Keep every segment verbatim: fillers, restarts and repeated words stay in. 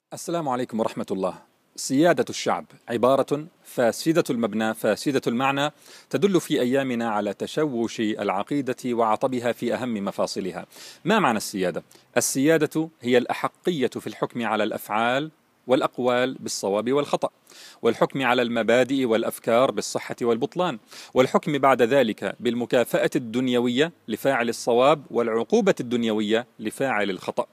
السلام عليكم ورحمة الله. سيادة الشعب عبارة فاسدة المبنى فاسدة المعنى، تدل في أيامنا على تشوش العقيدة وعطبها في أهم مفاصلها. ما معنى السيادة؟ السيادة هي الأحقية في الحكم على الأفعال والأقوال بالصواب والخطأ، والحكم على المبادئ والأفكار بالصحة والبطلان، والحكم بعد ذلك بالمكافأة الدنيوية لفاعل الصواب والعقوبة الدنيوية لفاعل الخطأ.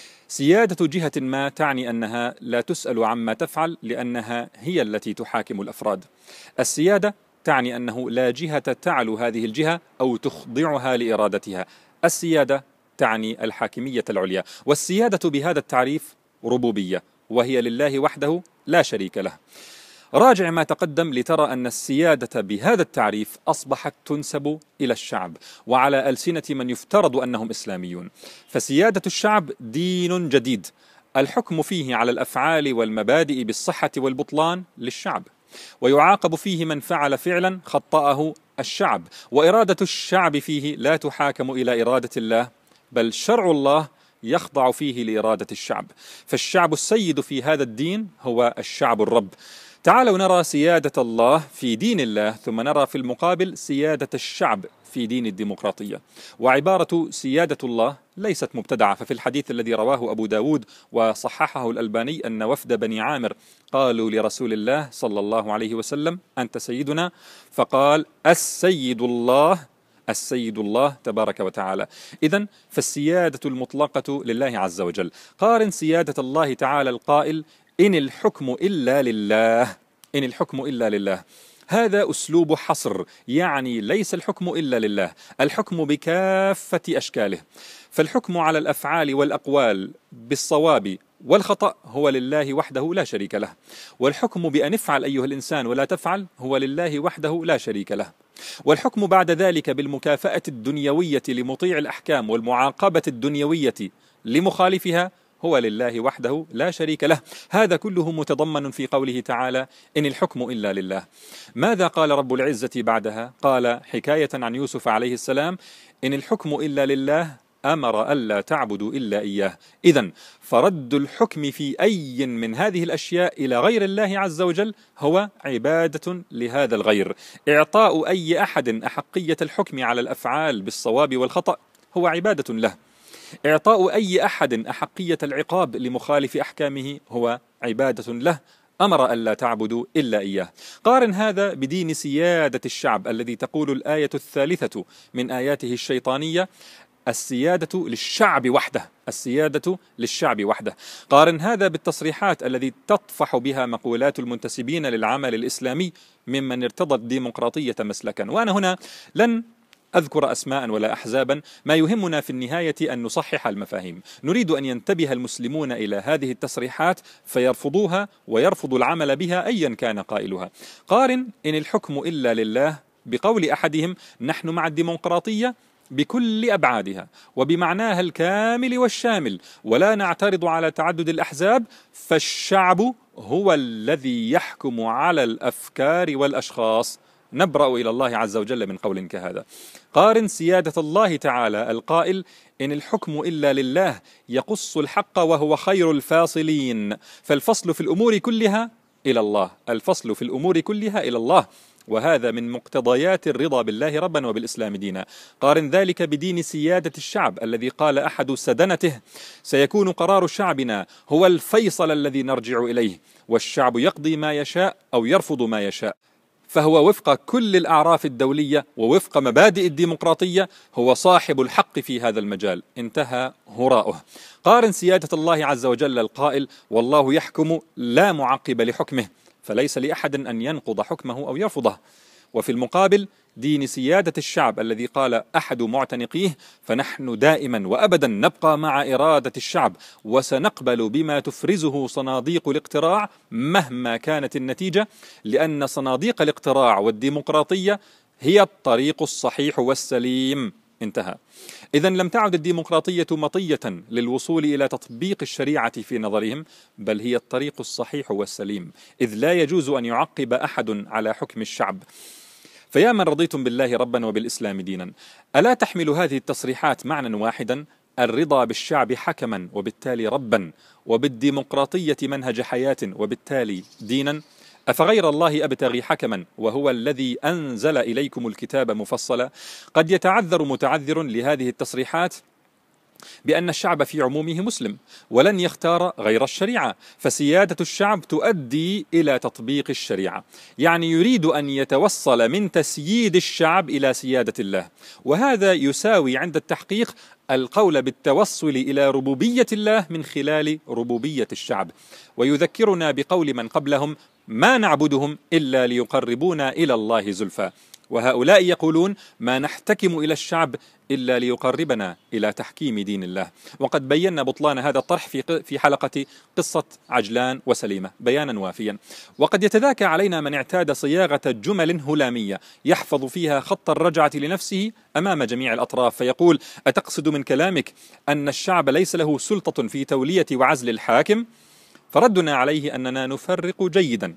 سيادة جهة ما تعني أنها لا تسأل عما تفعل لأنها هي التي تحاكم الأفراد. السيادة تعني أنه لا جهة تعلو هذه الجهة أو تخضعها لإرادتها. السيادة تعني الحاكمية العليا، والسيادة بهذا التعريف ربوبية، وهي لله وحده لا شريك له. راجع ما تقدم لترى أن السيادة بهذا التعريف أصبحت تنسب إلى الشعب وعلى ألسنة من يفترض أنهم إسلاميون. فسيادة الشعب دين جديد، الحكم فيه على الأفعال والمبادئ بالصحة والبطلان للشعب، ويعاقب فيه من فعل فعلا خطأه الشعب، وإرادة الشعب فيه لا تحاكم إلى إرادة الله، بل شرع الله يخضع فيه لإرادة الشعب. فالشعب السيد في هذا الدين هو الشعب الرب. تعالوا نرى سيادة الله في دين الله، ثم نرى في المقابل سيادة الشعب في دين الديمقراطية. وعبارة سيادة الله ليست مبتدعة، ففي الحديث الذي رواه أبو داود وصححه الألباني أن وفد بني عامر قالوا لرسول الله صلى الله عليه وسلم: أنت سيدنا؟ فقال: السيد الله، السيد الله تبارك وتعالى. إذن فالسيادة المطلقة لله عز وجل. قارن سيادة الله تعالى القائل: إن الحكم إلا لله، إن الحكم إلا لله. هذا أسلوب حصر، يعني ليس الحكم إلا لله، الحكم بكافة أشكاله. فالحكم على الأفعال والأقوال بالصواب والخطأ هو لله وحده لا شريك له، والحكم بأن افعل أيها الإنسان ولا تفعل هو لله وحده لا شريك له، والحكم بعد ذلك بالمكافأة الدنيوية لمطيع الأحكام والمعاقبة الدنيوية لمخالفها هو لله وحده لا شريك له. هذا كله متضمن في قوله تعالى: إن الحكم إلا لله. ماذا قال رب العزة بعدها؟ قال حكاية عن يوسف عليه السلام: إن الحكم إلا لله أمر ألا تعبدوا إلا إياه. إذن فرد الحكم في أي من هذه الأشياء إلى غير الله عز وجل هو عبادة لهذا الغير. إعطاء أي أحد أحقية الحكم على الأفعال بالصواب والخطأ هو عبادة له. إعطاء أي أحد أحقية العقاب لمخالف أحكامه هو عبادة له. أمر ألا تعبدوا إلا إياه. قارن هذا بدين سيادة الشعب الذي تقول الآية الثالثة من آياته الشيطانية: السيادة للشعب وحده، السيادة للشعب وحده. قارن هذا بالتصريحات التي تطفح بها مقولات المنتسبين للعمل الإسلامي ممن ارتضى الديمقراطية مسلكا. وأنا هنا لن أذكر أسماء ولا أحزابا، ما يهمنا في النهاية أن نصحح المفاهيم. نريد أن ينتبه المسلمون إلى هذه التصريحات فيرفضوها ويرفضوا العمل بها أيا كان قائلها. قارن إن الحكم إلا لله بقول أحدهم: نحن مع الديمقراطية بكل أبعادها وبمعناها الكامل والشامل، ولا نعترض على تعدد الأحزاب، فالشعب هو الذي يحكم على الأفكار والأشخاص. نبرأ إلى الله عز وجل من قول كهذا. قارن سيادة الله تعالى القائل: إن الحكم إلا لله يقص الحق وهو خير الفاصلين. فالفصل في الأمور كلها إلى الله، الفصل في الأمور كلها إلى الله، وهذا من مقتضيات الرضا بالله ربا وبالإسلام دينا. قارن ذلك بدين سيادة الشعب الذي قال أحد سدنته: سيكون قرار شعبنا هو الفيصل الذي نرجع إليه، والشعب يقضي ما يشاء أو يرفض ما يشاء. فهو وفق كل الأعراف الدولية ووفق مبادئ الديمقراطية هو صاحب الحق في هذا المجال. انتهى هراؤه. قارن سيادة الله عز وجل القائل: والله يحكم لا معقب لحكمه، فليس لأحد أن ينقض حكمه أو يرفضه. وفي المقابل دين سيادة الشعب الذي قال أحد معتنقيه: فنحن دائما وأبدا نبقى مع إرادة الشعب، وسنقبل بما تفرزه صناديق الاقتراع مهما كانت النتيجة، لأن صناديق الاقتراع والديمقراطية هي الطريق الصحيح والسليم. انتهى. إذن لم تعد الديمقراطية مطية للوصول إلى تطبيق الشريعة في نظرهم، بل هي الطريق الصحيح والسليم، إذ لا يجوز أن يعقب أحد على حكم الشعب. فيا من رضيتم بالله ربا وبالإسلام دينا، ألا تحمل هذه التصريحات معنى واحدا؟ الرضا بالشعب حكما وبالتالي ربا، وبالديمقراطية منهج حياة وبالتالي دينا؟ أفغير الله أبتغي حكما وهو الذي أنزل إليكم الكتاب مفصلا؟ قد يتعذر متعذر لهذه التصريحات بأن الشعب في عمومه مسلم ولن يختار غير الشريعة، فسيادة الشعب تؤدي إلى تطبيق الشريعة، يعني يريد أن يتوصل من تسييد الشعب إلى سيادة الله، وهذا يساوي عند التحقيق القول بالتوصل إلى ربوبية الله من خلال ربوبية الشعب. ويذكرنا بقول من قبلهم: ما نعبدهم إلا ليقربونا إلى الله زلفى. وهؤلاء يقولون: ما نحتكم إلى الشعب إلا ليقربنا إلى تحكيم دين الله. وقد بينا بطلان هذا الطرح في في حلقة قصة عجلان وسليمة بيانا وافيا. وقد يتذاكى علينا من اعتاد صياغة جمل هلامية يحفظ فيها خط الرجعة لنفسه أمام جميع الأطراف، فيقول: أتقصد من كلامك أن الشعب ليس له سلطة في تولية وعزل الحاكم؟ فردنا عليه أننا نفرق جيدا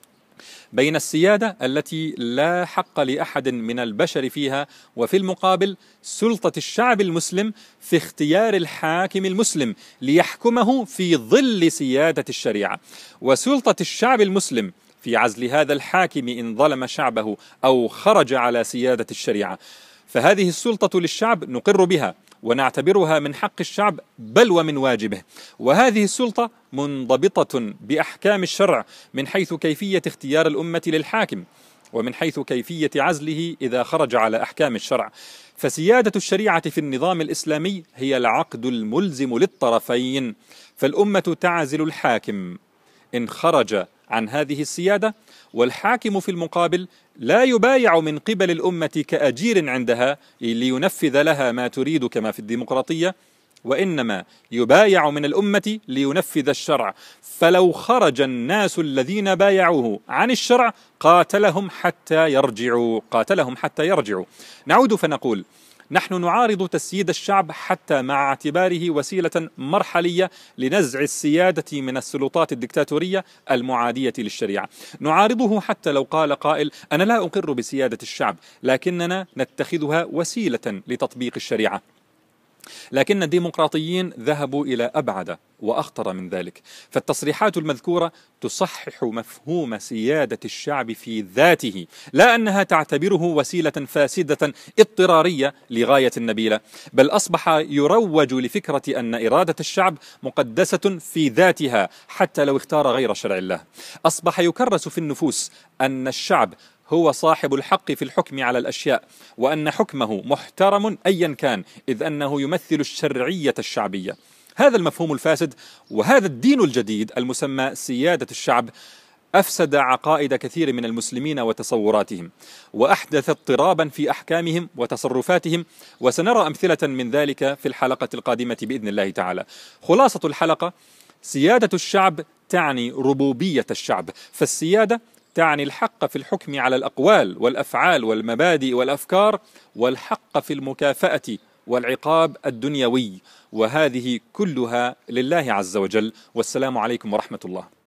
بين السيادة التي لا حق لأحد من البشر فيها، وفي المقابل سلطة الشعب المسلم في اختيار الحاكم المسلم ليحكمه في ظل سيادة الشريعة، وسلطة الشعب المسلم في عزل هذا الحاكم إن ظلم شعبه أو خرج على سيادة الشريعة. فهذه السلطة للشعب نقر بها ونعتبرها من حق الشعب بل ومن واجبه، وهذه السلطة منضبطة بأحكام الشرع من حيث كيفية اختيار الأمة للحاكم، ومن حيث كيفية عزله إذا خرج على أحكام الشرع. فسيادة الشريعة في النظام الإسلامي هي العقد الملزم للطرفين، فالأمة تعزل الحاكم إن خرج عن هذه السيادة، والحاكم في المقابل لا يبايع من قبل الأمة كأجير عندها لينفذ لها ما تريد كما في الديمقراطية، وإنما يبايع من الأمة لينفذ الشرع. فلو خرج الناس الذين بايعوه عن الشرع قاتلهم حتى يرجعوا قاتلهم حتى يرجعوا. نعود فنقول: نحن نعارض تسييد الشعب حتى مع اعتباره وسيلة مرحلية لنزع السيادة من السلطات الدكتاتورية المعادية للشريعة. نعارضه حتى لو قال قائل: أنا لا أقر بسيادة الشعب لكننا نتخذها وسيلة لتطبيق الشريعة. لكن الديمقراطيين ذهبوا إلى أبعد وأخطر من ذلك، فالتصريحات المذكورة تصحح مفهوم سيادة الشعب في ذاته، لا أنها تعتبره وسيلة فاسدة اضطرارية لغاية نبيلة، بل أصبح يروج لفكرة أن إرادة الشعب مقدسة في ذاتها حتى لو اختار غير شرع الله. أصبح يكرس في النفوس أن الشعب هو صاحب الحق في الحكم على الأشياء، وأن حكمه محترم أيا كان، إذ أنه يمثل الشرعية الشعبية. هذا المفهوم الفاسد وهذا الدين الجديد المسمى سيادة الشعب أفسد عقائد كثير من المسلمين وتصوراتهم، وأحدث اضطرابا في أحكامهم وتصرفاتهم، وسنرى أمثلة من ذلك في الحلقة القادمة بإذن الله تعالى. خلاصة الحلقة: سيادة الشعب تعني ربوبية الشعب، فالسيادة تعني الحق في الحكم على الأقوال والأفعال والمبادئ والأفكار، والحق في المكافأة والعقاب الدنيوي، وهذه كلها لله عز وجل. والسلام عليكم ورحمة الله.